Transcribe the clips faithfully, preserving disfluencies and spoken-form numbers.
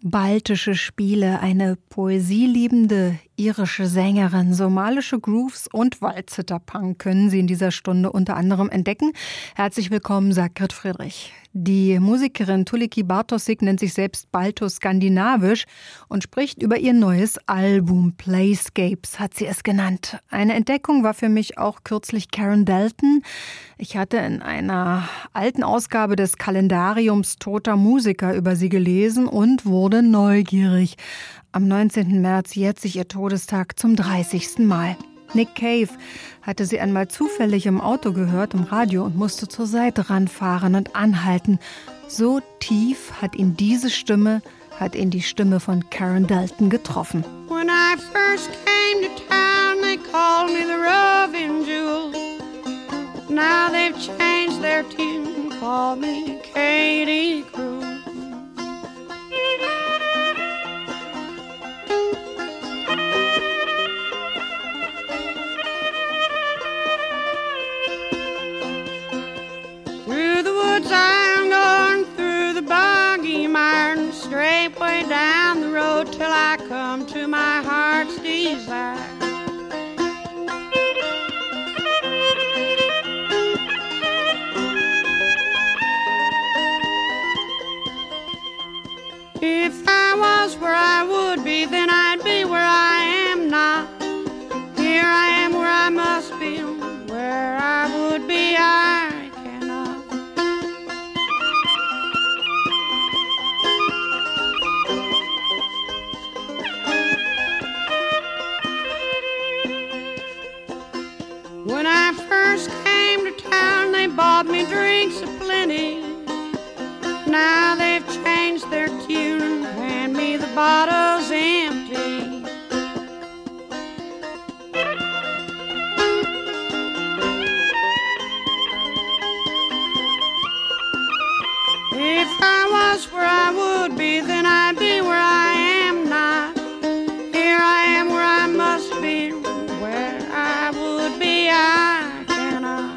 Baltische Spiele, eine poesieliebende irische Sängerin, somalische Grooves und Waldzitterpunk können Sie in dieser Stunde unter anderem entdecken. Herzlich willkommen, sagt Grit Friedrich. Die Musikerin Tuulikki Bartosik nennt sich selbst balto-skandinavisch und spricht über ihr neues Album. Playscapes hat sie es genannt. Eine Entdeckung war für mich auch kürzlich Karen Dalton. Ich hatte in einer alten Ausgabe des Kalendariums toter Musiker über sie gelesen und wurde neugierig. Am neunzehnten März jährt sich ihr Todestag zum dreißigsten Mal. Nick Cave hatte sie einmal zufällig im Auto gehört, im Radio, und musste zur Seite ranfahren und anhalten. So tief hat ihn diese Stimme, hat ihn die Stimme von Karen Dalton getroffen. When I first came to town, they called me the Roving Jewel. Now they've changed their tune, call me Katie Cruz. I'm going through the boggy mire and straight way down the road till I come to my heart's desire. If I was where I would be, then I'd be where I am not. Here I am where I must be, where I would be I. When I first came to town, they bought me drinks aplenty. Now they've changed their tune and hand me the bottles empty. If I was where I would be, then I'd be where I am not. Here I am where I must be, where I would be I cannot.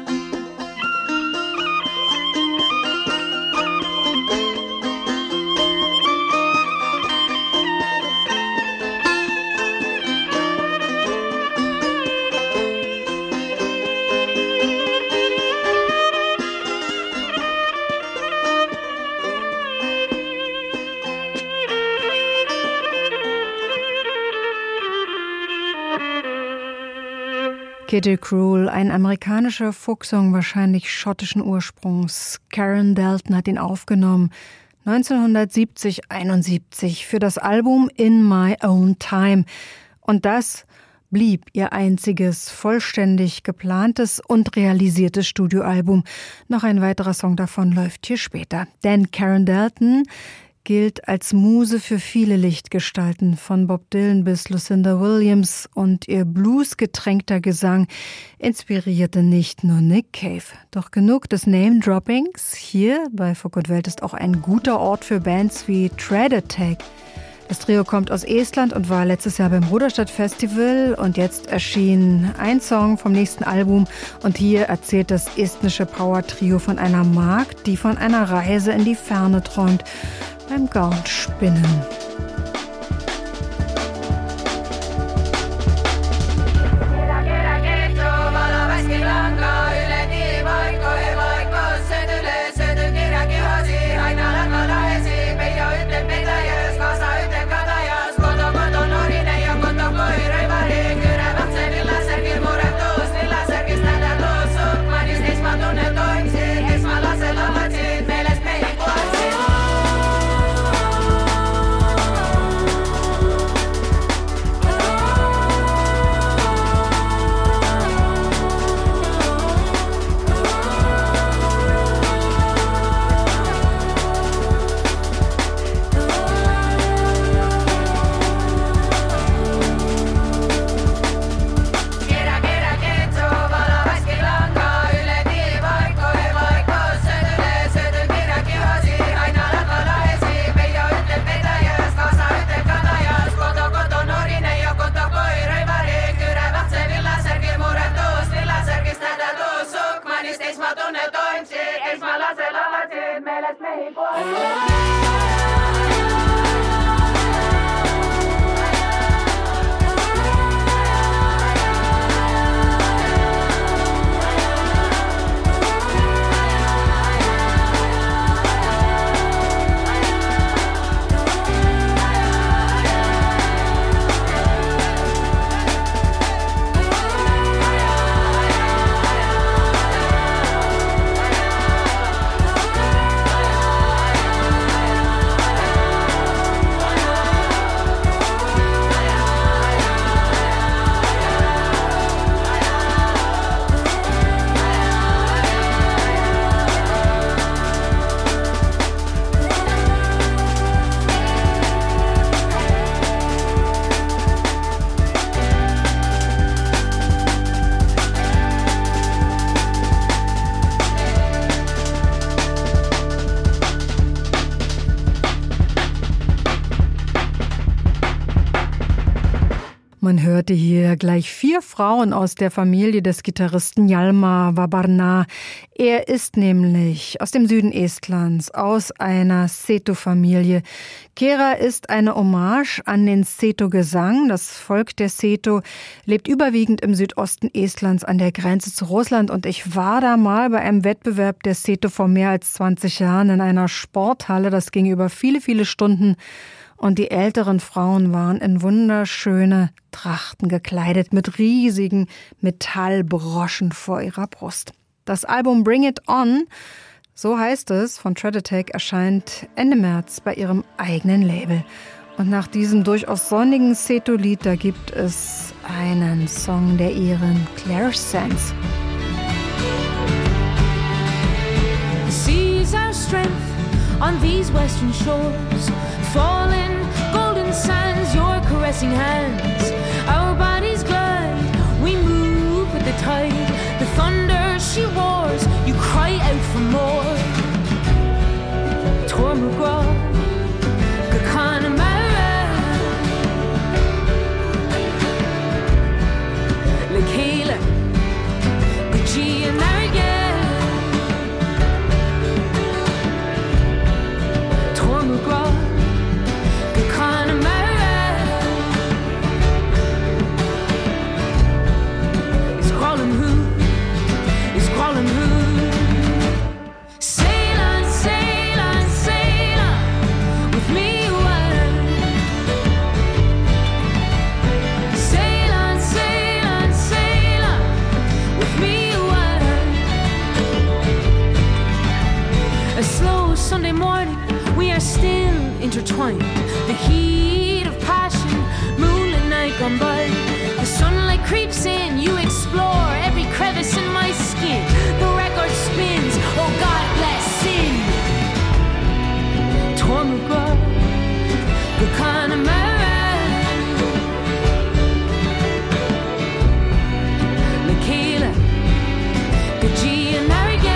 Kitty Cruel, ein amerikanischer Folksong, wahrscheinlich schottischen Ursprungs. Karen Dalton hat ihn aufgenommen neunzehnhundertsiebzig, einundsiebzig für das Album In My Own Time. Und das blieb ihr einziges vollständig geplantes und realisiertes Studioalbum. Noch ein weiterer Song davon läuft hier später. Denn Karen Dalton gilt als Muse für viele Lichtgestalten, von Bob Dylan bis Lucinda Williams, und ihr bluesgetränkter Gesang inspirierte nicht nur Nick Cave. Doch genug des Name-Droppings. Hier bei Fug und Welt ist auch ein guter Ort für Bands wie Tread Attack. Das Trio kommt aus Estland und war letztes Jahr beim Ruderstadt Festival, und jetzt erschien ein Song vom nächsten Album, und hier erzählt das estnische Power-Trio von einer Magd, die von einer Reise in die Ferne träumt, beim Garnspinnen. Mehico. Man hörte hier gleich vier Frauen aus der Familie des Gitarristen Hjalmar Vabarna. Er ist nämlich aus dem Süden Estlands, aus einer Seto-Familie. Kera ist eine Hommage an den Seto-Gesang. Das Volk der Seto lebt überwiegend im Südosten Estlands an der Grenze zu Russland. Und ich war da mal bei einem Wettbewerb der Seto vor mehr als zwanzig Jahren in einer Sporthalle. Das ging über viele, viele Stunden. Und die älteren Frauen waren in wunderschöne Trachten gekleidet mit riesigen Metallbroschen vor ihrer Brust. Das Album Bring It On, so heißt es, von Threat Attack, erscheint Ende März bei ihrem eigenen Label. Und nach diesem durchaus sonnigen Seto-Lied, da gibt es einen Song der Iren, Claire Sands. The seas are strength on these western shores, falling golden sands, your caressing hands. Our bodies glide, we move with the tide. The thunder she roars, you cry out for more. Tormugwa, Gakanamara, Lekela, Gaji and Marigan. Tormugwa, Sunday morning, we are still intertwined. The heat of passion, moonlit night gone by. The sunlight creeps in, you explore every crevice in my skin. The record spins, oh God bless sin. Tormugwa, Gakanamara, Lekela, Gaji and Marigan.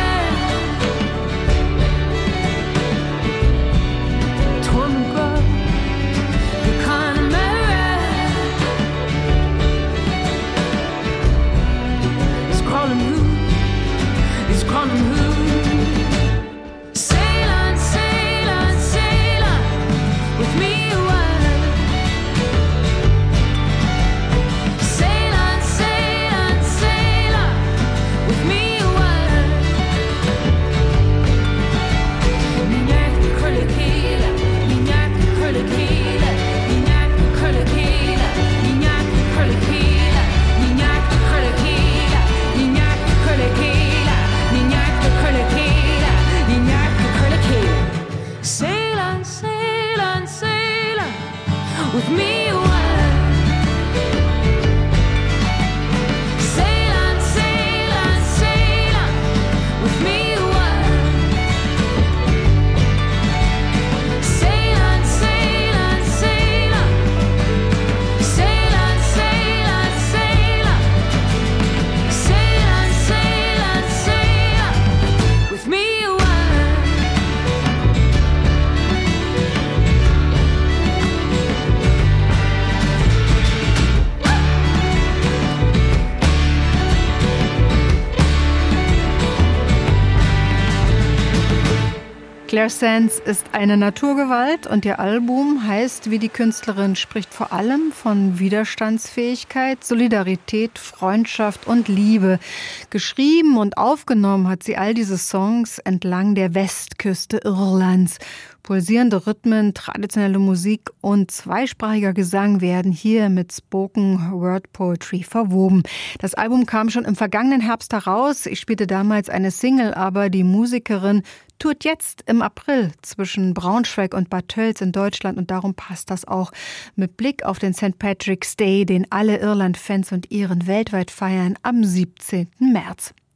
Claire Sands ist eine Naturgewalt und ihr Album heißt, wie die Künstlerin spricht, vor allem von Widerstandsfähigkeit, Solidarität, Freundschaft und Liebe. Geschrieben und aufgenommen hat sie all diese Songs entlang der Westküste Irlands. Pulsierende Rhythmen, traditionelle Musik und zweisprachiger Gesang werden hier mit Spoken Word Poetry verwoben. Das Album kam schon im vergangenen Herbst heraus. Ich spielte damals eine Single, aber die Musikerin tourt jetzt im April zwischen Braunschweig und Bad Tölz in Deutschland und darum passt das auch mit Blick auf den Sankt Patrick's Day, den alle Irland-Fans und Iren weltweit feiern am siebzehnten März.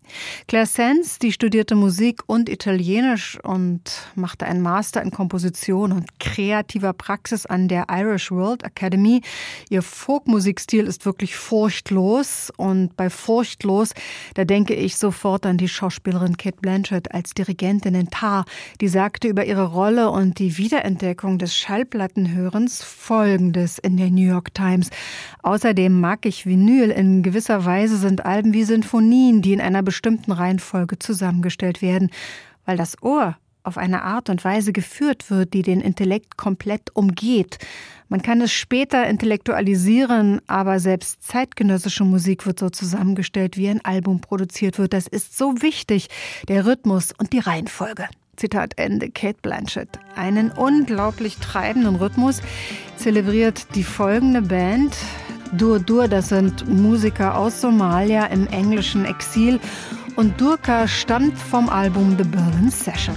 Claire Sands, die studierte Musik und Italienisch und machte einen Master in Komposition und kreativer Praxis an der Irish World Academy. Ihr Folkmusikstil ist wirklich furchtlos und bei furchtlos, da denke ich sofort an die Schauspielerin Cate Blanchett als Dirigentin in Tar, die sagte über ihre Rolle und die Wiederentdeckung des Schallplattenhörens Folgendes in der New York Times. Außerdem mag ich Vinyl. In gewisser Weise sind Alben wie Sinfonien, die in einer bestimmten Reihenfolge zusammengestellt werden, weil das Ohr auf eine Art und Weise geführt wird, die den Intellekt komplett umgeht. Man kann es später intellektualisieren, aber selbst zeitgenössische Musik wird so zusammengestellt, wie ein Album produziert wird. Das ist so wichtig, der Rhythmus und die Reihenfolge. Zitat Ende, Cate Blanchett. Einen unglaublich treibenden Rhythmus zelebriert die folgende Band. Dur Dur, das sind Musiker aus Somalia im englischen Exil. Und Durka stammt vom Album The Berlin Session.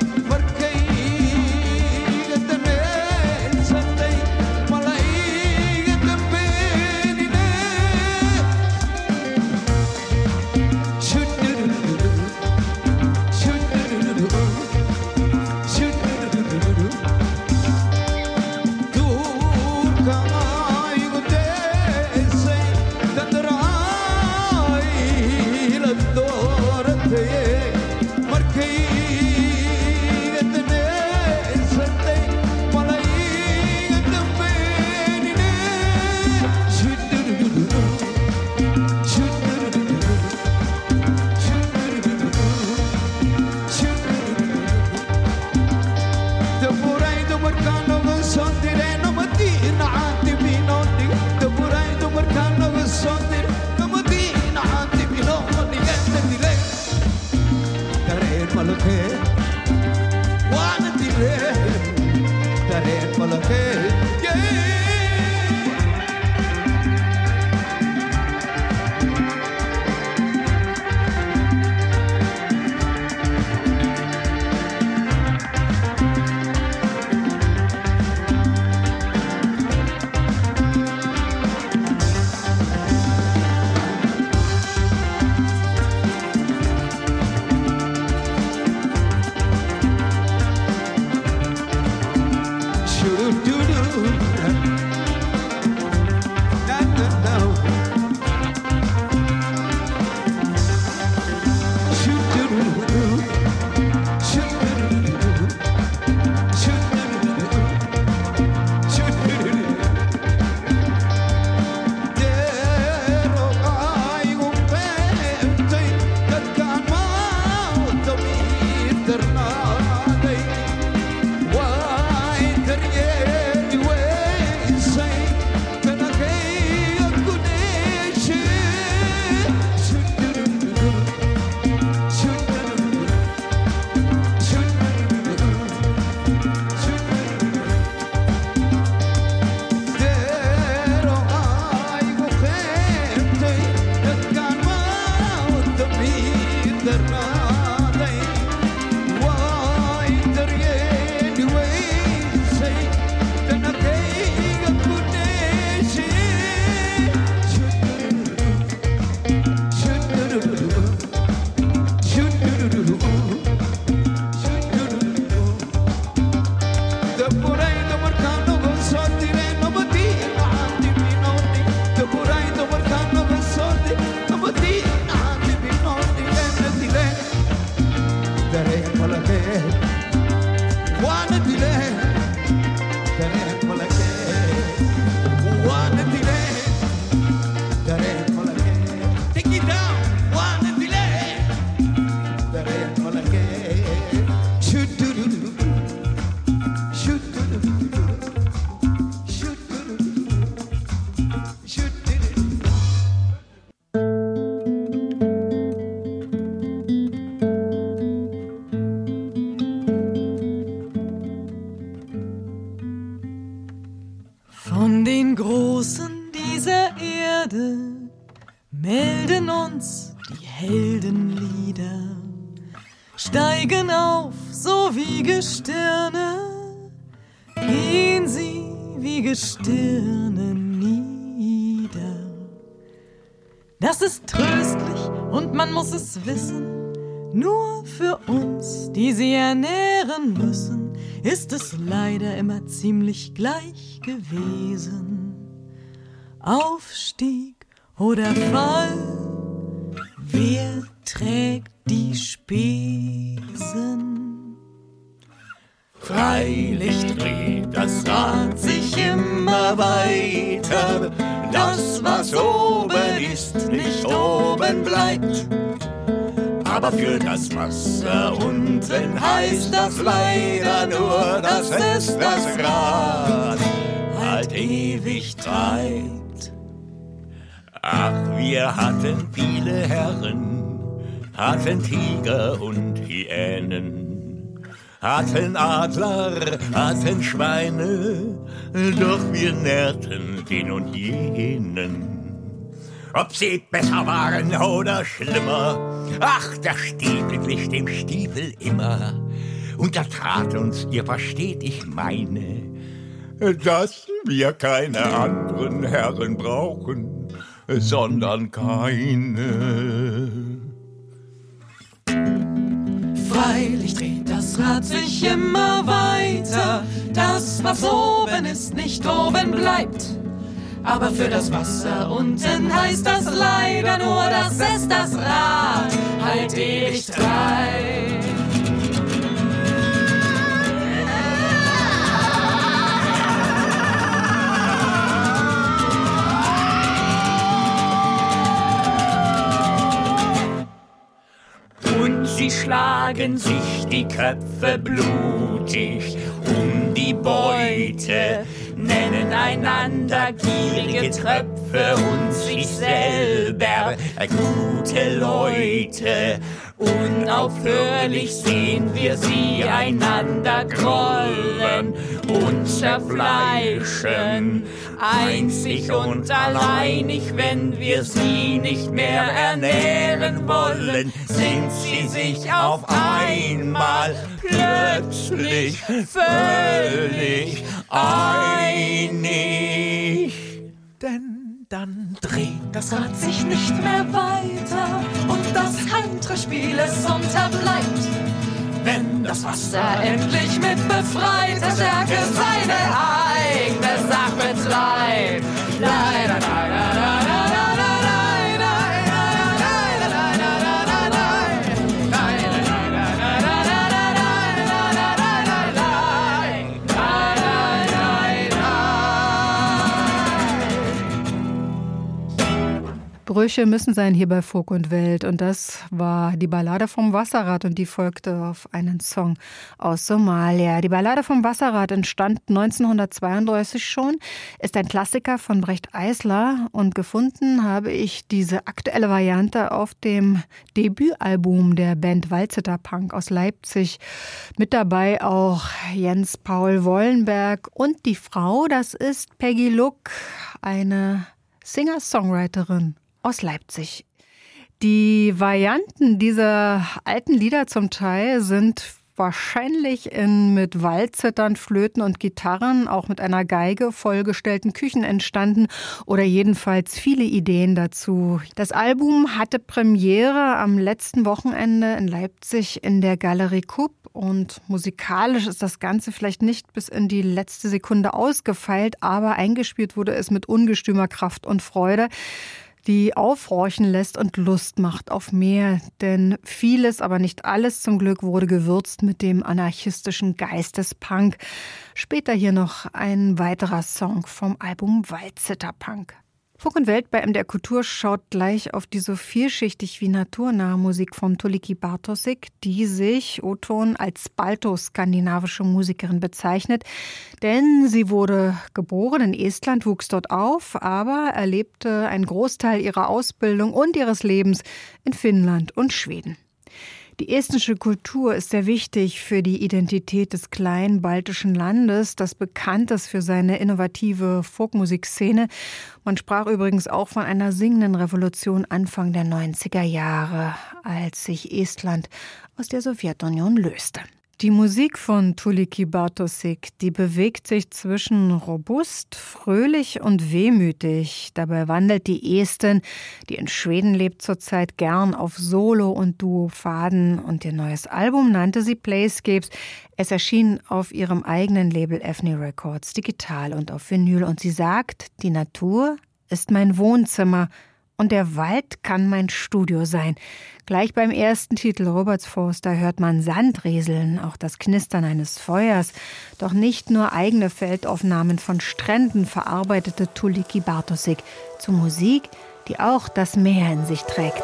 Malay Heldenlieder steigen auf, so wie Gestirne, gehen sie wie Gestirne nieder. Das ist tröstlich und man muss es wissen, nur für uns, die sie ernähren müssen, ist es leider immer ziemlich gleich gewesen. Aufstieg oder Fall, wer trägt die Spesen? Freilich dreht das Rad sich immer weiter, das, was oben ist, nicht oben bleibt. Aber für das Wasser unten heißt das leider nur, dass es das Rad halt ewig treibt. Ach, wir hatten viele Herren, hatten Tiger und Hyänen, hatten Adler, hatten Schweine, doch wir nährten den und jenen. Ob sie besser waren oder schlimmer, ach, der Stiefel glich dem Stiefel immer. Und da tat uns, ihr versteht, ich meine, dass wir keine anderen Herren brauchen, sondern keine. Freilich dreht das Rad sich immer weiter, das, was oben ist, nicht oben bleibt. Aber für das Wasser unten heißt das leider nur, dass es das Rad halt ewig treibt. Und sie schlagen sich die Köpfe blutig um die Beute, nennen einander gierige Tröpfe und sich selber gute Leute. Unaufhörlich sehen wir sie einander grollen und zerfleischen, einzig und alleinig, wenn wir sie nicht mehr ernähren wollen, sind sie sich auf einmal plötzlich völlig einig. Denn dann dreht das Rad sich nicht mehr weiter und das Handspiel es unterbleibt. Wenn das Wasser endlich mit befreiter Stärke seine eigene Sache betreibt. Leider, leider, leider. Brüche müssen sein hier bei Folk und Welt. Und das war die Ballade vom Wasserrad und die folgte auf einen Song aus Somalia. Die Ballade vom Wasserrad entstand neunzehnhundertzweiunddreißig schon, ist ein Klassiker von Brecht Eisler und gefunden habe ich diese aktuelle Variante auf dem Debütalbum der Band Waldseter Punk aus Leipzig. Mit dabei auch Jens Paul Wollenberg und die Frau, das ist Peggy Luck, eine Singer-Songwriterin aus Leipzig. Die Varianten dieser alten Lieder zum Teil sind wahrscheinlich in mit Waldzetern, Flöten und Gitarren, auch mit einer Geige vollgestellten Küchen entstanden oder jedenfalls viele Ideen dazu. Das Album hatte Premiere am letzten Wochenende in Leipzig in der Galerie Kupp und musikalisch ist das Ganze vielleicht nicht bis in die letzte Sekunde ausgefeilt, aber eingespielt wurde es mit ungestümer Kraft und Freude, die aufhorchen lässt und Lust macht auf mehr. Denn vieles, aber nicht alles zum Glück, wurde gewürzt mit dem anarchistischen Geist des Punk. Später hier noch ein weiterer Song vom Album Waldseter Punk. Folk und Welt bei M D R Kultur schaut gleich auf die so vielschichtig wie naturnahe Musik von Tuulikki Bartosik, die sich, O-Ton, als balto-skandinavische Musikerin bezeichnet. Denn sie wurde geboren in Estland, wuchs dort auf, aber erlebte einen Großteil ihrer Ausbildung und ihres Lebens in Finnland und Schweden. Die estnische Kultur ist sehr wichtig für die Identität des kleinen baltischen Landes, das bekannt ist für seine innovative Folkmusikszene. Man sprach übrigens auch von einer singenden Revolution Anfang der neunziger Jahre, als sich Estland aus der Sowjetunion löste. Die Musik von Tuulikki Bartosik, die bewegt sich zwischen robust, fröhlich und wehmütig. Dabei wandelt die Estin, die in Schweden lebt, zurzeit gern auf Solo- und Duo-Pfaden. Und ihr neues Album nannte sie Playscapes. Es erschien auf ihrem eigenen Label Ethnie Records, digital und auf Vinyl. Und sie sagt, die Natur ist mein Wohnzimmer. Und der Wald kann mein Studio sein. Gleich beim ersten Titel Robertsfors, da hört man Sand rieseln, auch das Knistern eines Feuers. Doch nicht nur eigene Feldaufnahmen von Stränden verarbeitete Tuulikki Bartosik zu Musik, die auch das Meer in sich trägt.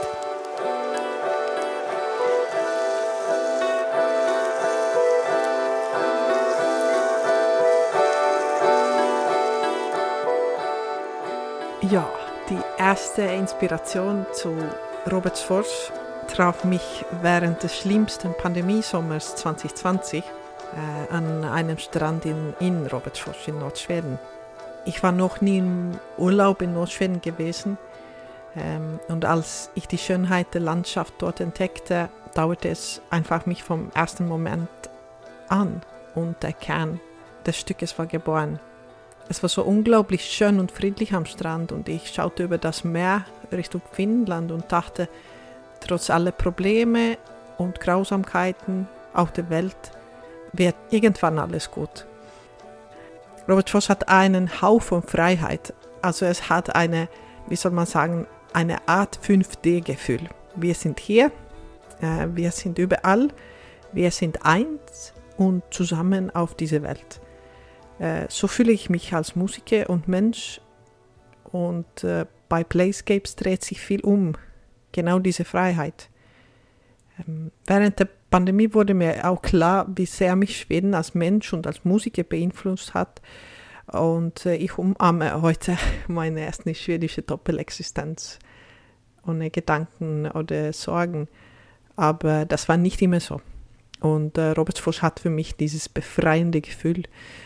Ja. Die erste Inspiration zu Robertsfors traf mich während des schlimmsten Pandemiesommers zwanzig zwanzig äh, an einem Strand in, in Robertsfors in Nordschweden. Ich war noch nie im Urlaub in Nordschweden gewesen ähm, und als ich die Schönheit der Landschaft dort entdeckte, dauerte es einfach mich vom ersten Moment an und der Kern des Stückes war geboren. Es war so unglaublich schön und friedlich am Strand und ich schaute über das Meer Richtung Finnland und dachte, trotz aller Probleme und Grausamkeiten auf der Welt wird irgendwann alles gut. Robertsfors hat einen Hauch von Freiheit, also es hat eine, wie soll man sagen, eine Art fünf D Gefühl. Wir sind hier, äh, wir sind überall, wir sind eins und zusammen auf dieser Welt. So fühle ich mich als Musiker und Mensch und äh, bei Playscapes dreht sich viel um, genau diese Freiheit. Ähm, während der Pandemie wurde mir auch klar, wie sehr mich Schweden als Mensch und als Musiker beeinflusst hat und äh, ich umarme heute meine erste schwedische Doppelexistenz ohne Gedanken oder Sorgen, aber das war nicht immer so und äh, Robertsfors hat für mich dieses befreiende Gefühl,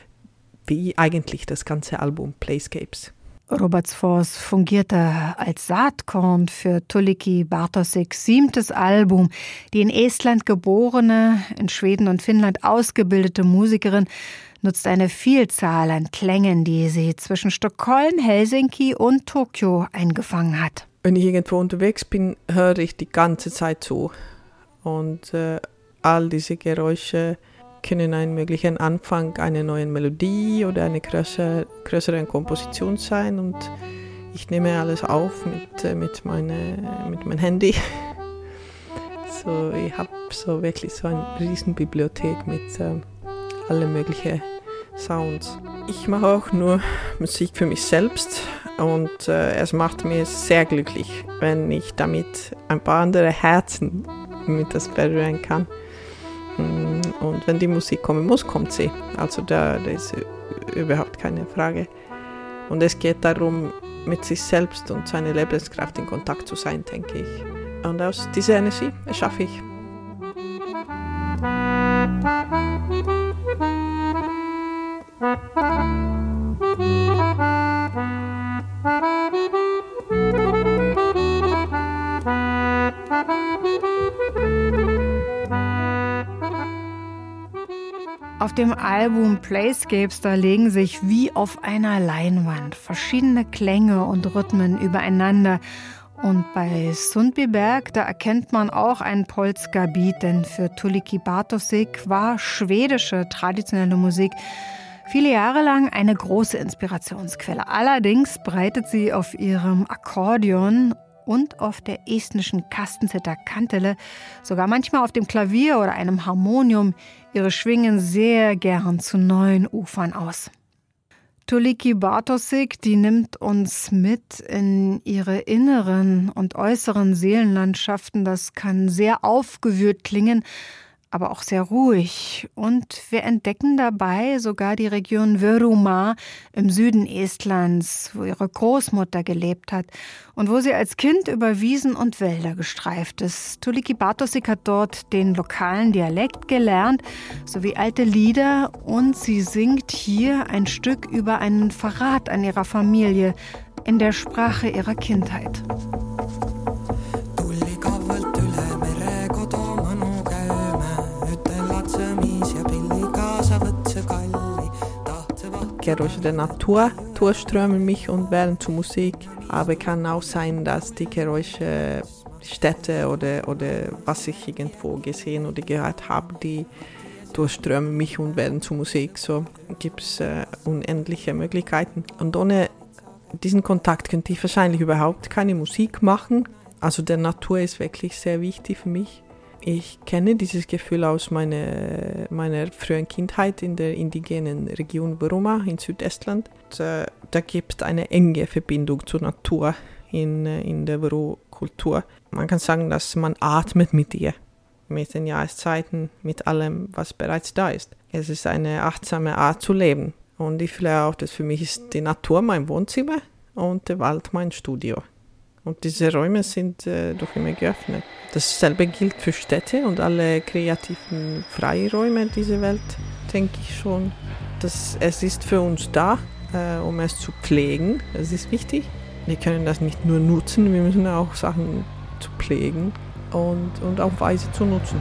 wie eigentlich das ganze Album Playscapes. Robertsfors fungierte als Saatkorn für Tuulikki Bartosiks siebtes Album. Die in Estland geborene, in Schweden und Finnland ausgebildete Musikerin nutzt eine Vielzahl an Klängen, die sie zwischen Stockholm, Helsinki und Tokio eingefangen hat. Wenn ich irgendwo unterwegs bin, höre ich die ganze Zeit zu. Und äh, all diese Geräusche können einen möglichen Anfang einer neuen Melodie oder einer größer, größeren Komposition sein und ich nehme alles auf mit, mit, meine, mit meinem Handy. So, ich habe so wirklich so eine riesen Bibliothek mit äh, allen möglichen Sounds. Ich mache auch nur Musik für mich selbst und äh, es macht mir sehr glücklich, wenn ich damit ein paar andere Herzen mit das berühren kann. Und wenn die Musik kommen muss, kommt sie. Also da, da ist überhaupt keine Frage. Und es geht darum, mit sich selbst und seiner Lebenskraft in Kontakt zu sein, denke ich. Und aus dieser Energie erschaffe ich. Auf dem Album Playscapes, da legen sich wie auf einer Leinwand verschiedene Klänge und Rhythmen übereinander. Und bei Sundbyberg, da erkennt man auch einen Polska-Beat, denn für Tuulikki Bartosik war schwedische traditionelle Musik viele Jahre lang eine große Inspirationsquelle. Allerdings breitet sie auf ihrem Akkordeon und auf der estnischen Kastenzither kantele, sogar manchmal auf dem Klavier oder einem Harmonium, ihre Schwingen sehr gern zu neuen Ufern aus. Tuulikki Bartosik, die nimmt uns mit in ihre inneren und äußeren Seelenlandschaften. Das kann sehr aufgewühlt klingen, aber auch sehr ruhig. Und wir entdecken dabei sogar die Region Võrumaa im Süden Estlands, wo ihre Großmutter gelebt hat und wo sie als Kind über Wiesen und Wälder gestreift ist. Tuulikki Bartosik hat dort den lokalen Dialekt gelernt, sowie alte Lieder, und sie singt hier ein Stück über einen Verrat an ihrer Familie in der Sprache ihrer Kindheit. Geräusche der Natur durchströmen mich und werden zu Musik. Aber kann auch sein, dass die Geräusche, Städte oder, oder was ich irgendwo gesehen oder gehört habe, die durchströmen mich und werden zu Musik. So gibt es äh, unendliche Möglichkeiten. Und ohne diesen Kontakt könnte ich wahrscheinlich überhaupt keine Musik machen. Also der Natur ist wirklich sehr wichtig für mich. Ich kenne dieses Gefühl aus meiner, meiner frühen Kindheit in der indigenen Region Võrumaa in Südestland. Da, da gibt es eine enge Verbindung zur Natur in, in der Võru-Kultur. Man kann sagen, dass man atmet mit ihr, mit den Jahreszeiten, mit allem, was bereits da ist. Es ist eine achtsame Art zu leben. Und ich fühle auch, dass für mich ist die Natur mein Wohnzimmer und der Wald mein Studio. Und diese Räume sind äh, doch immer geöffnet. Dasselbe gilt für Städte und alle kreativen Freiräume dieser Welt, denke ich schon. Dass es ist für uns da, äh, um es zu pflegen. Das ist wichtig. Wir können das nicht nur nutzen, wir müssen auch Sachen zu pflegen und, und auf Weise zu nutzen.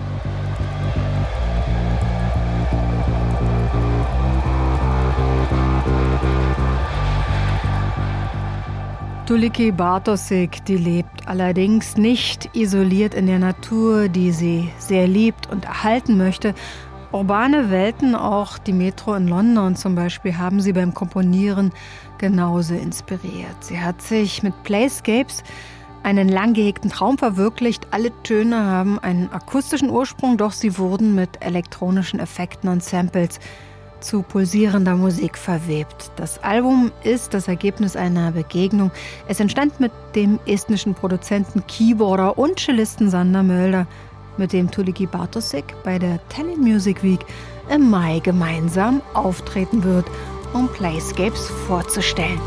Tuulikki Bartosik, die lebt allerdings nicht isoliert in der Natur, die sie sehr liebt und erhalten möchte. Urbane Welten, auch die Metro in London zum Beispiel, haben sie beim Komponieren genauso inspiriert. Sie hat sich mit Playscapes einen lang gehegten Traum verwirklicht. Alle Töne haben einen akustischen Ursprung, doch sie wurden mit elektronischen Effekten und Samples zu pulsierender Musik verwebt. Das Album ist das Ergebnis einer Begegnung. Es entstand mit dem estnischen Produzenten, Keyboarder und Cellisten Sander Mölder, mit dem Tuulikki Bartosik bei der Tallinn Music Week im Mai gemeinsam auftreten wird, um Playscapes vorzustellen.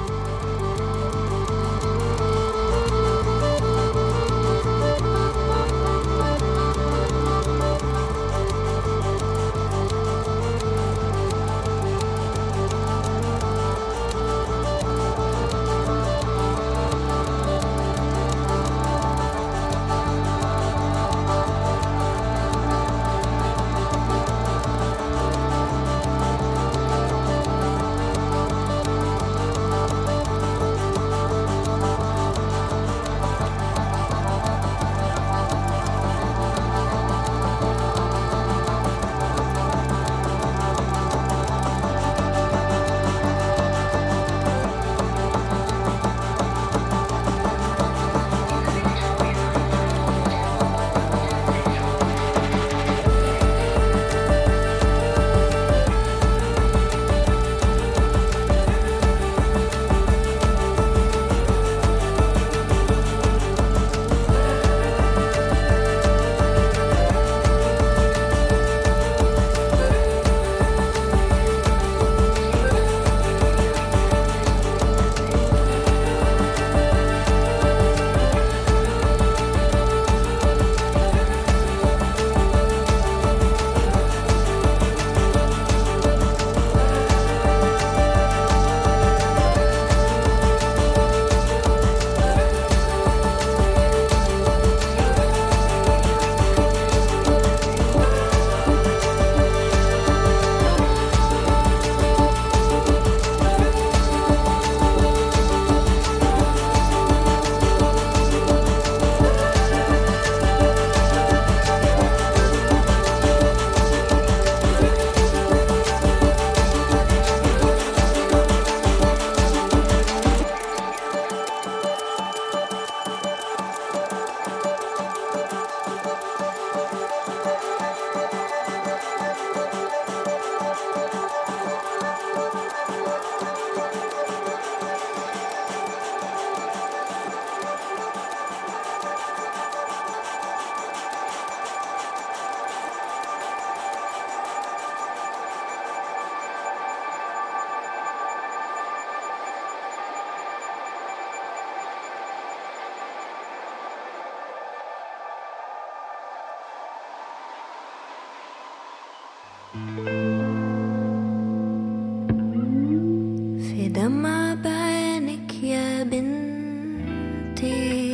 في دمع بعينك يا بنتي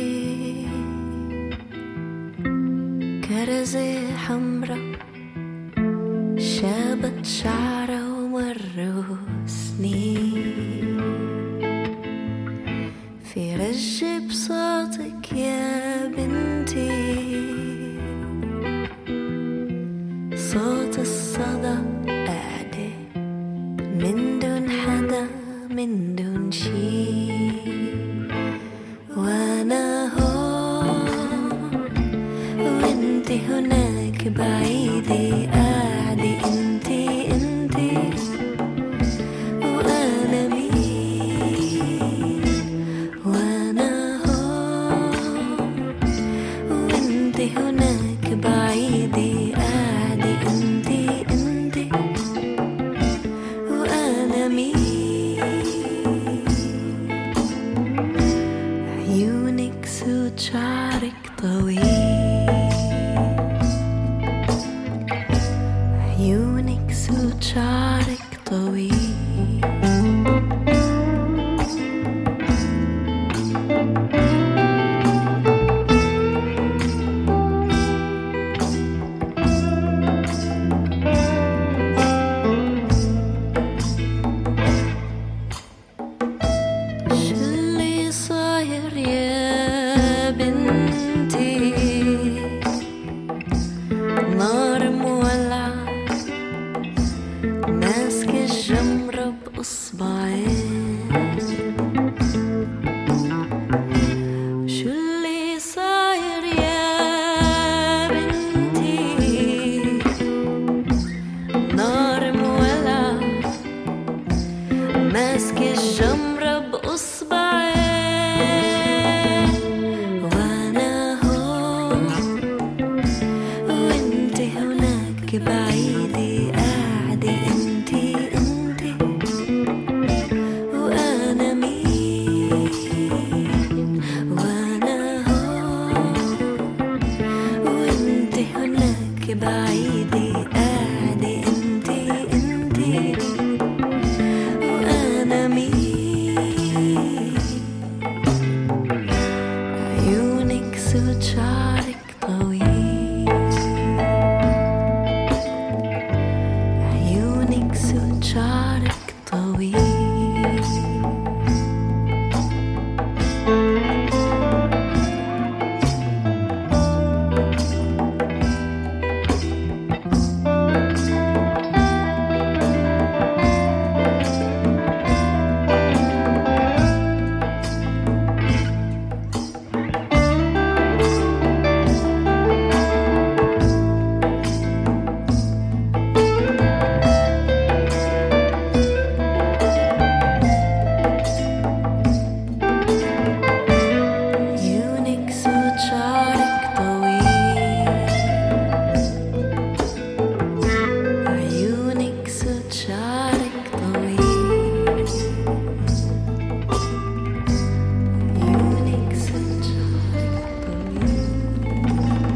كرزة حمرا شابت شعره ومروا سنين في رج بصوتك يا بنتي صوت الصدى قاعدة من دون حدا من دون شي وانا هون وانت هناك بعيدة قاعدة انتي انتي وانا مين وانا هون وانت هناك بعيدة قاعدة انتي انتي وانا مين عيونك سود شعرك طويل عيونك سود شعرك طويل شلي صاير يا بنتي نار مولعة ماسكة الجمرة بإصبعين شلي صاير يا بنتي نار مولعة ماسكة الجمرة بإصبعين وأنا هون وأنت هناك بعيدة قاعدة أنتي أنتي وأنا مين وأنا هون وأنت هناك بعيدة قاعدة أنتي أنتي وأنا مين عيونك سود شعرك طويل عيونك سود شعرك طويل عيونك سود شعرك طويل عيونك سود شعرك طويل عيونك سود شعرك طويل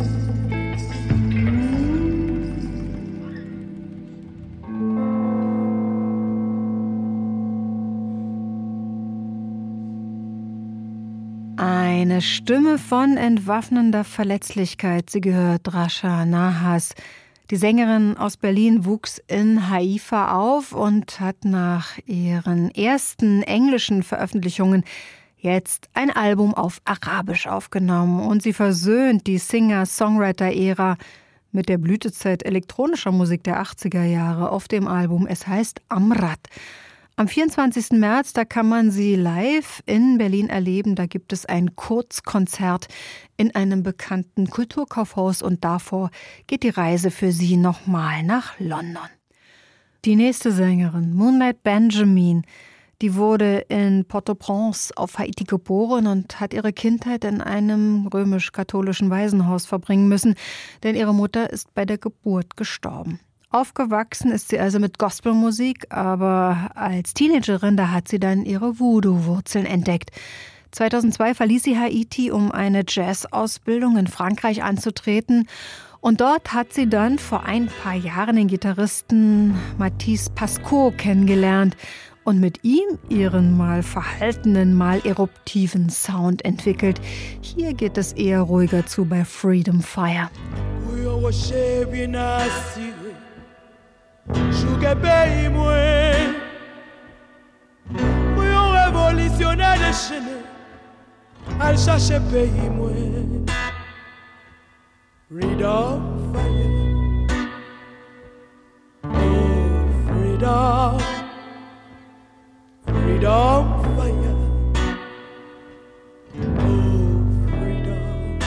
Eine Stimme von entwaffnender Verletzlichkeit. Sie gehört Rasha Nahas. Die Sängerin aus Berlin wuchs in Haifa auf und hat nach ihren ersten englischen Veröffentlichungen jetzt ein Album auf Arabisch aufgenommen. Und sie versöhnt die Singer-Songwriter-Ära mit der Blütezeit elektronischer Musik der achtziger Jahre auf dem Album. Es heißt Amrat. Am vierundzwanzigsten März, da kann man sie live in Berlin erleben. Da gibt es ein Kurzkonzert in einem bekannten Kulturkaufhaus und davor geht die Reise für sie nochmal nach London. Die nächste Sängerin, Moonlight Benjamin, die wurde in Port-au-Prince auf Haiti geboren und hat ihre Kindheit in einem römisch-katholischen Waisenhaus verbringen müssen, denn ihre Mutter ist bei der Geburt gestorben. Aufgewachsen ist sie also mit Gospelmusik, aber als Teenagerin, da hat sie dann ihre Voodoo-Wurzeln entdeckt. zweitausendzwei verließ sie Haiti, um eine Jazz-Ausbildung in Frankreich anzutreten. Und dort hat sie dann vor ein paar Jahren den Gitarristen Mathis Pascoe kennengelernt und mit ihm ihren mal verhaltenen, mal eruptiven Sound entwickelt. Hier geht es eher ruhiger zu bei Freedom Fire. Freedom fire, oh freedom, freedom fire, oh freedom.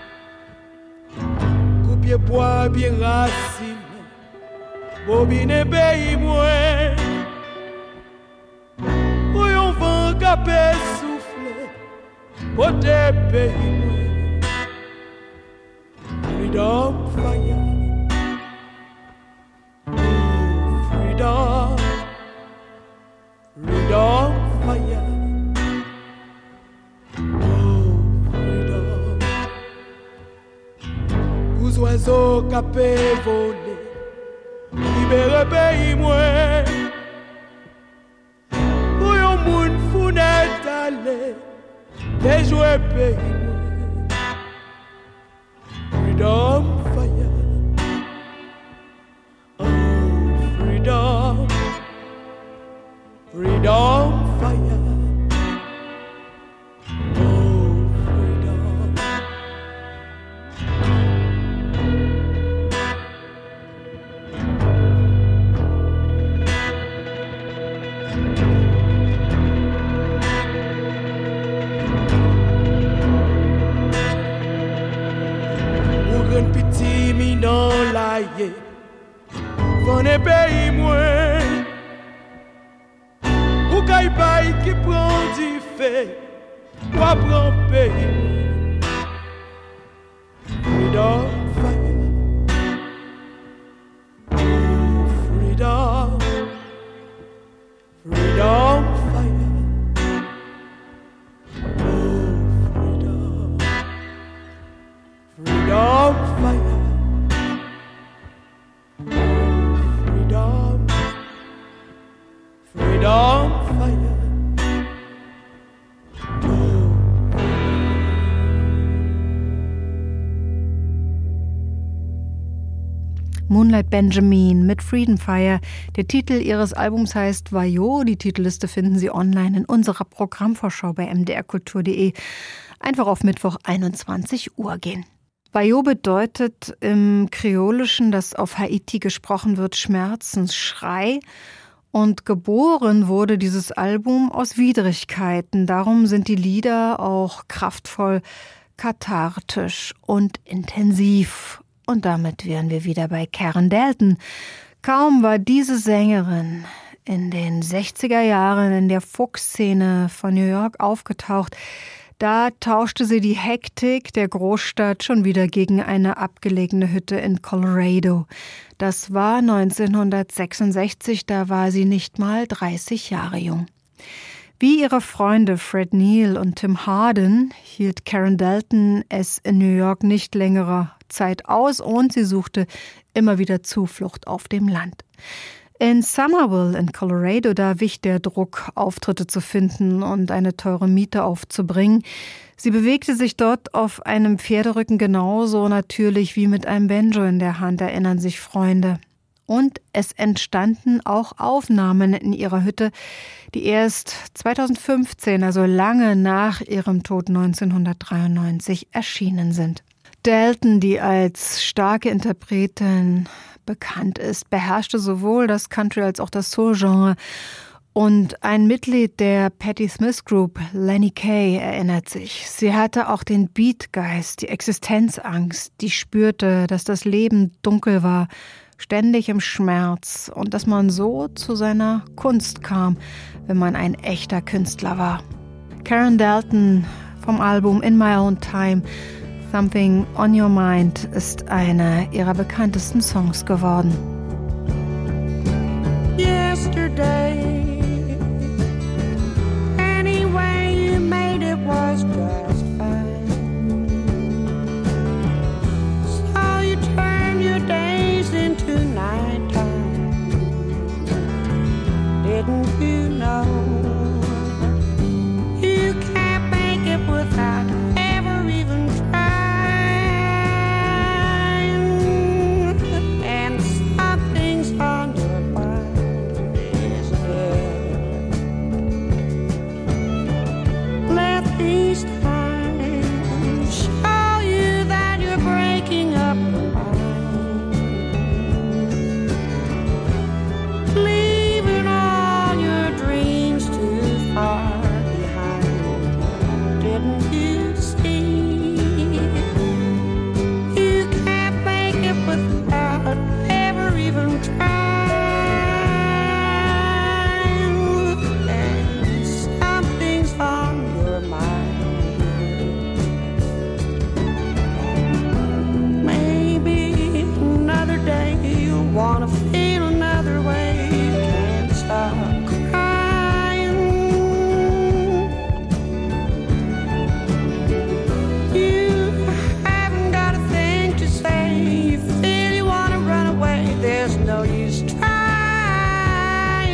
Coupe bois bien racine, bobine pays moins. Où on vent capé souffler, poté pays moins. Freedom fire, oh freedom, freedom fire, oh freedom. Aux oiseaux capés volés, libérez pays moins. Où yon moun founet allé, déjoué pays moins. Freedom fire, oh freedom, freedom fire, oh freedom. Piti mi nan la ye, vane pays moins. Ou kay bay ki pran di fe, ou apran pays moins. Freedom fire, oh freedom, freedom fire. Freedom fire, oh freedom, freedom fire, oh. Moonlight Benjamin mit Freedom Fire. Der Titel ihres Albums heißt Vaillot. Die Titelliste finden Sie online in unserer Programmvorschau bei m d r kultur punkt d e. Einfach auf Mittwoch einundzwanzig Uhr gehen. Vaillot bedeutet im Kreolischen, das auf Haiti gesprochen wird, Schmerzensschrei. Und geboren wurde dieses Album aus Widrigkeiten. Darum sind die Lieder auch kraftvoll, kathartisch und intensiv. Und damit wären wir wieder bei Karen Dalton. Kaum war diese Sängerin in den sechziger Jahren in der Folk-Szene von New York aufgetaucht, da tauschte sie die Hektik der Großstadt schon wieder gegen eine abgelegene Hütte in Colorado. Das war neunzehnhundertsechsundsechzig, da war sie nicht mal dreißig Jahre jung. Wie ihre Freunde Fred Neil und Tim Hardin hielt Karen Dalton es in New York nicht längere Zeit aus und sie suchte immer wieder Zuflucht auf dem Land. In Somerville in Colorado, da wich der Druck, Auftritte zu finden und eine teure Miete aufzubringen. Sie bewegte sich dort auf einem Pferderücken genauso natürlich wie mit einem Banjo in der Hand, erinnern sich Freunde. Und es entstanden auch Aufnahmen in ihrer Hütte, die erst zweitausendfünfzehn, also lange nach ihrem Tod neunzehnhundertdreiundneunzig, erschienen sind. Dalton, die als starke Interpretin bekannt ist, beherrschte sowohl das Country als auch das Soul-Genre. Und ein Mitglied der Patti Smith Group, Lenny Kaye, erinnert sich. Sie hatte auch den Beatgeist, die Existenzangst, die spürte, dass das Leben dunkel war, ständig im Schmerz und dass man so zu seiner Kunst kam, wenn man ein echter Künstler war. Karen Dalton vom Album In My Own Time, Something on Your Mind, ist einer ihrer bekanntesten Songs geworden. Yesterday, any way you made it was just fine. So you turned didn't you know? You can't make it without ever even trying. And something's on your mind, isn't it? Let these times show you that you're breaking up. Leaving all your dreams too far behind. Didn't you see? You can't make it without ever even trying. And something's on your mind. Maybe another day you'll wanna feel another way. Stop crying. You haven't got a thing to say. You feel you want to run away. There's no use trying.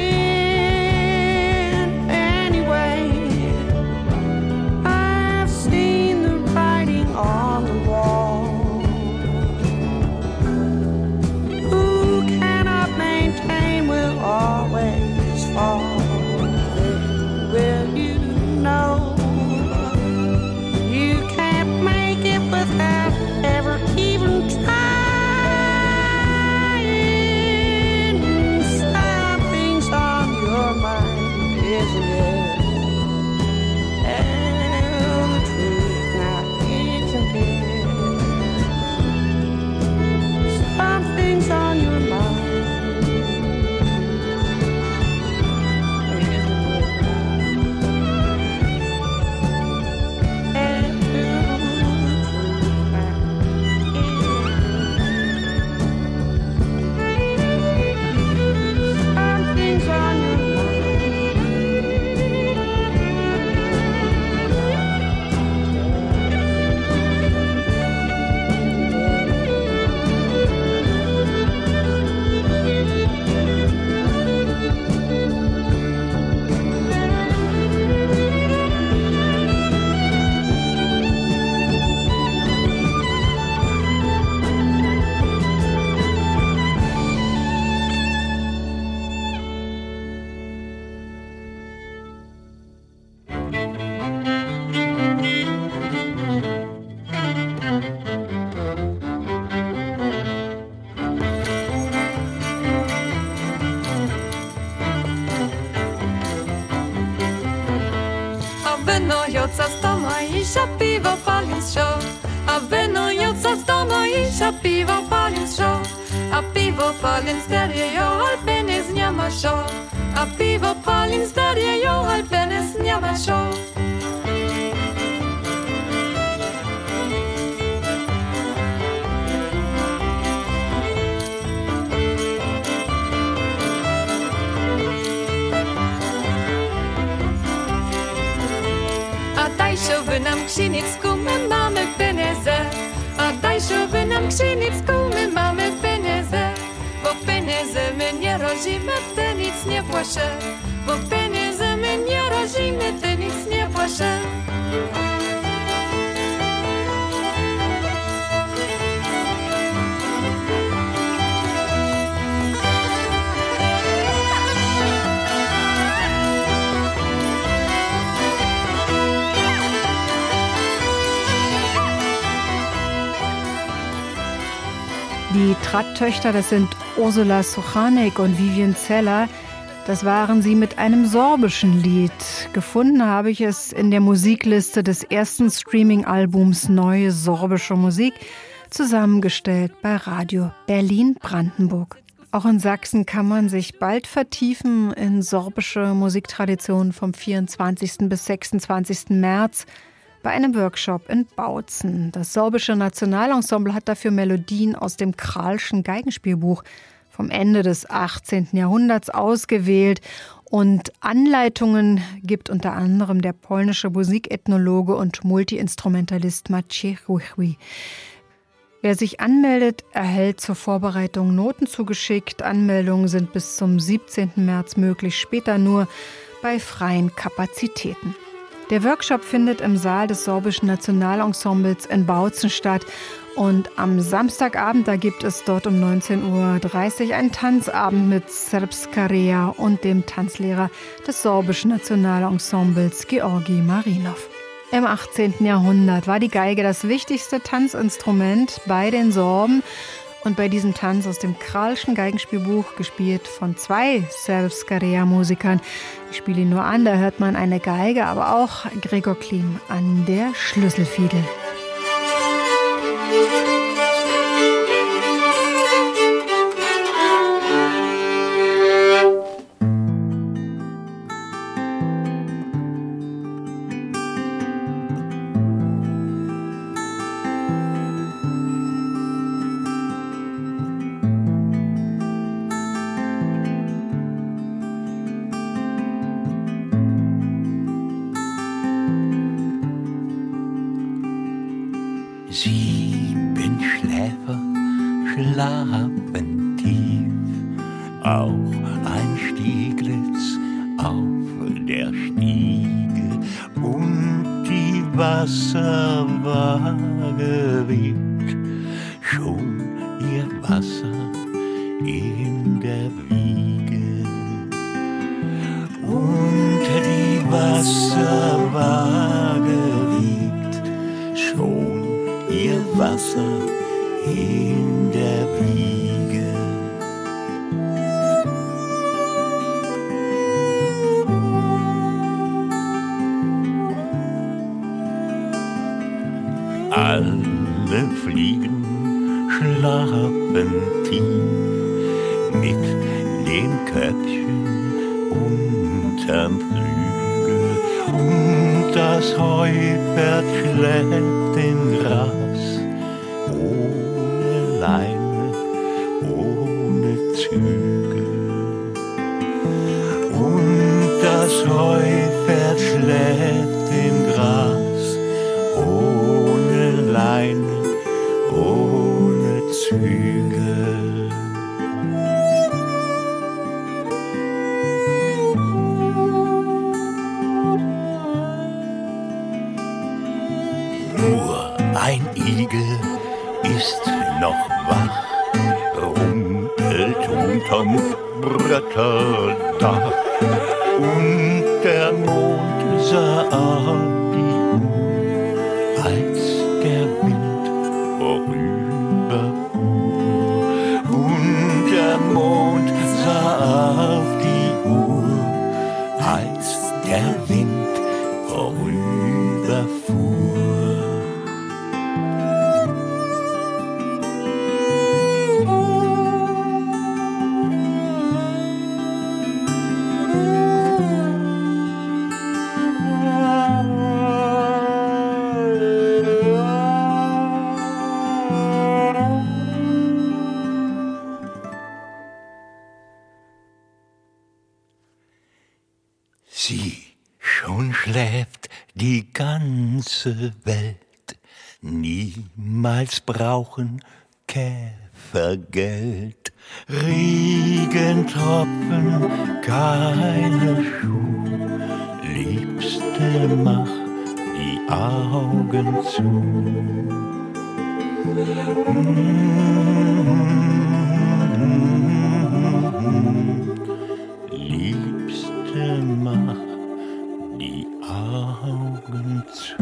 Anyway, I've seen the writing on the wall. Who cannot maintain will always fall. Will you know? You can't make it without ever even trying. Something's on your mind, isn't it? Tell the truth now, isn't it? Something's on your mind. Something's on your Venująca z domu Aisha piwo palił z żo. A venująca z domu Aisha piwo palił z żo. A piwo palim zdarje jo, alpene z niama żo. A piwo palim zdarje jo, alpene z niama żo. Daj żeby nam księcku, my mamy pieniądze. A daj żeby nam księcku, my mamy pieniądze. Bo pieniądze my nie rodzimy, ty nic nie płasze. Bo pieniądze my nie rodzimy, ty nic nie płasze. Die Tratt-Töchter, das sind Ursula Suchanek und Vivian Zeller. Das waren sie mit einem sorbischen Lied. Gefunden habe ich es in der Musikliste des ersten Streaming-Albums Neue Sorbische Musik, zusammengestellt bei Radio Berlin-Brandenburg. Auch in Sachsen kann man sich bald vertiefen in sorbische Musiktraditionen vom vierundzwanzigsten bis sechsundzwanzigsten März. Bei einem Workshop in Bautzen. Das sorbische Nationalensemble hat dafür Melodien aus dem Kralschen Geigenspielbuch vom Ende des achtzehnten Jahrhunderts ausgewählt. Und Anleitungen gibt unter anderem der polnische Musikethnologe und Multiinstrumentalist Maciej Ruchwi. Wer sich anmeldet, erhält zur Vorbereitung Noten zugeschickt. Anmeldungen sind bis zum siebzehnten März möglich, später nur bei freien Kapazitäten. Der Workshop findet im Saal des Sorbischen Nationalensembles in Bautzen statt. Und am Samstagabend, da gibt es dort um neunzehn Uhr dreißig einen Tanzabend mit Srpska Rea und dem Tanzlehrer des Sorbischen Nationalensembles, Georgi Marinov. Im achtzehnten Jahrhundert war die Geige das wichtigste Tanzinstrument bei den Sorben. Und bei diesem Tanz aus dem Kralschen Geigenspielbuch, gespielt von zwei Srpska Rea-Musikern, ich spiele ihn nur an, da hört man eine Geige, aber auch Gregor Klim an der Schlüsselfiedel. Sieben Schläfer schlafen tief, auch ein Stieglitz auf der Stiege und die Wasserwaage wiegt schon ihr Wasser in der Wiege. Und die Wasserwaage wiegt schon ihr Wasser in der Wiege. Alle Fliegen schlafen tief mit dem Köpfchen unterm Flügel und das Heupferd schläft im Gras, ohne Leine, ohne Zügel. Und das Heupferd schläft im Gras, ohne Leine, ohne Zügel. Ein Igel ist noch wach, rumpelt unterm Bretterdach. Und der Mond sah auf die Uhr, als der Wind vorüberfuhr. Und der Mond sah auf die Uhr, als der Wind vorüberfuhr. Sieh, schon schläft die ganze Welt, niemals brauchen Käfer Geld. Regentropfen, keine Schuhe, Liebste, mach die Augen zu. Liebste, mach die Augen zu.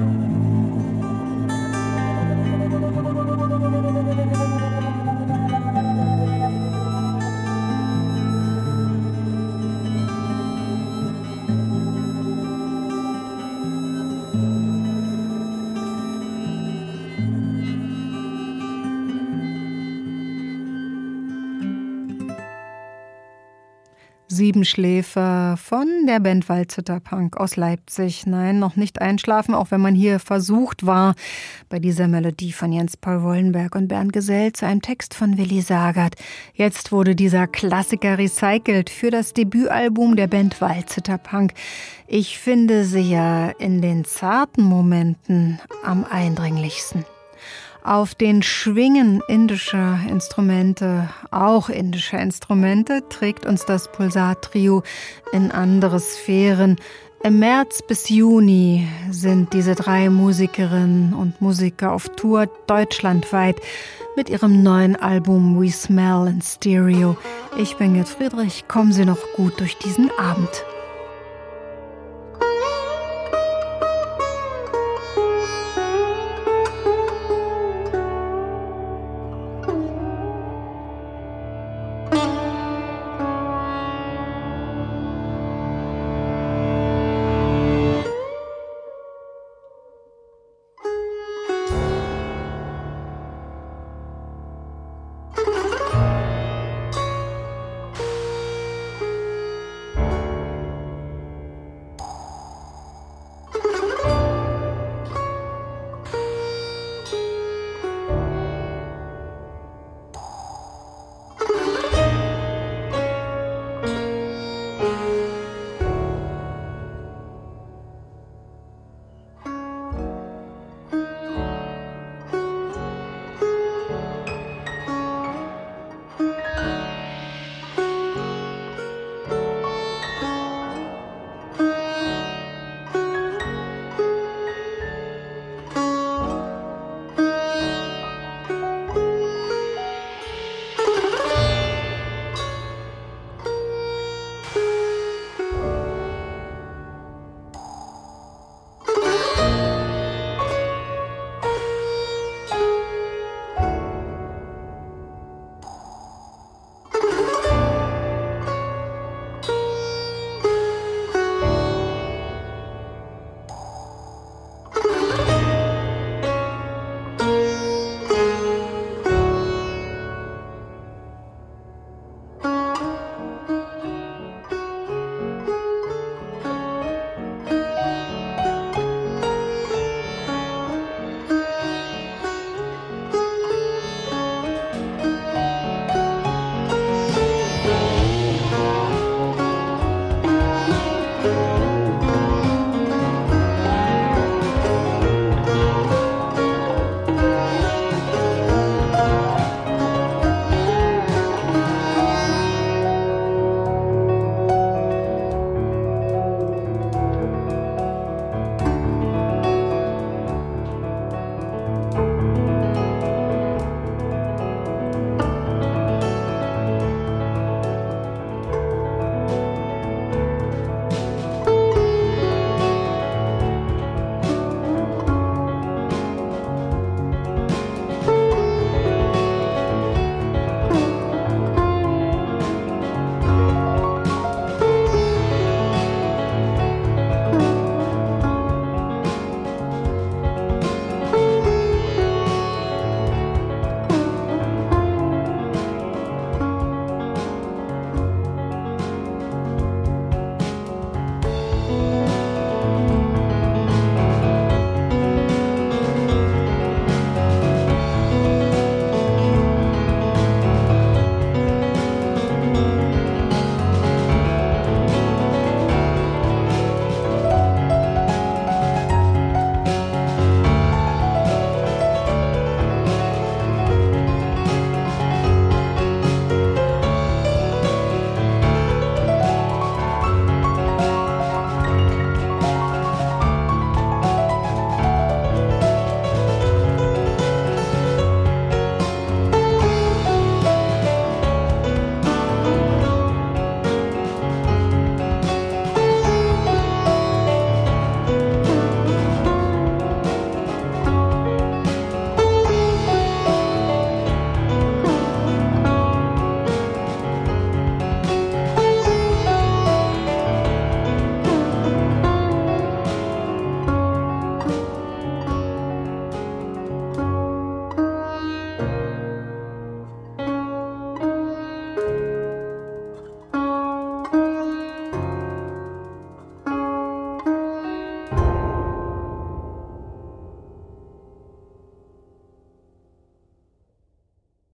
Siebenschläfer von der Band Waldhütter-Punk aus Leipzig. Nein, noch nicht einschlafen, auch wenn man hier versucht war, bei dieser Melodie von Jens-Paul Wollenberg und Bernd Gesell zu einem Text von Willi Sagert. Jetzt wurde dieser Klassiker recycelt für das Debütalbum der Band Waldhütter-Punk. Ich finde sie ja in den zarten Momenten am eindringlichsten. Auf den Schwingen indischer Instrumente, auch indischer Instrumente, trägt uns das Pulsar-Trio in andere Sphären. Im März bis Juni sind diese drei Musikerinnen und Musiker auf Tour deutschlandweit mit ihrem neuen Album We Smell in Stereo. Ich bin Gerd Friedrich, kommen Sie noch gut durch diesen Abend.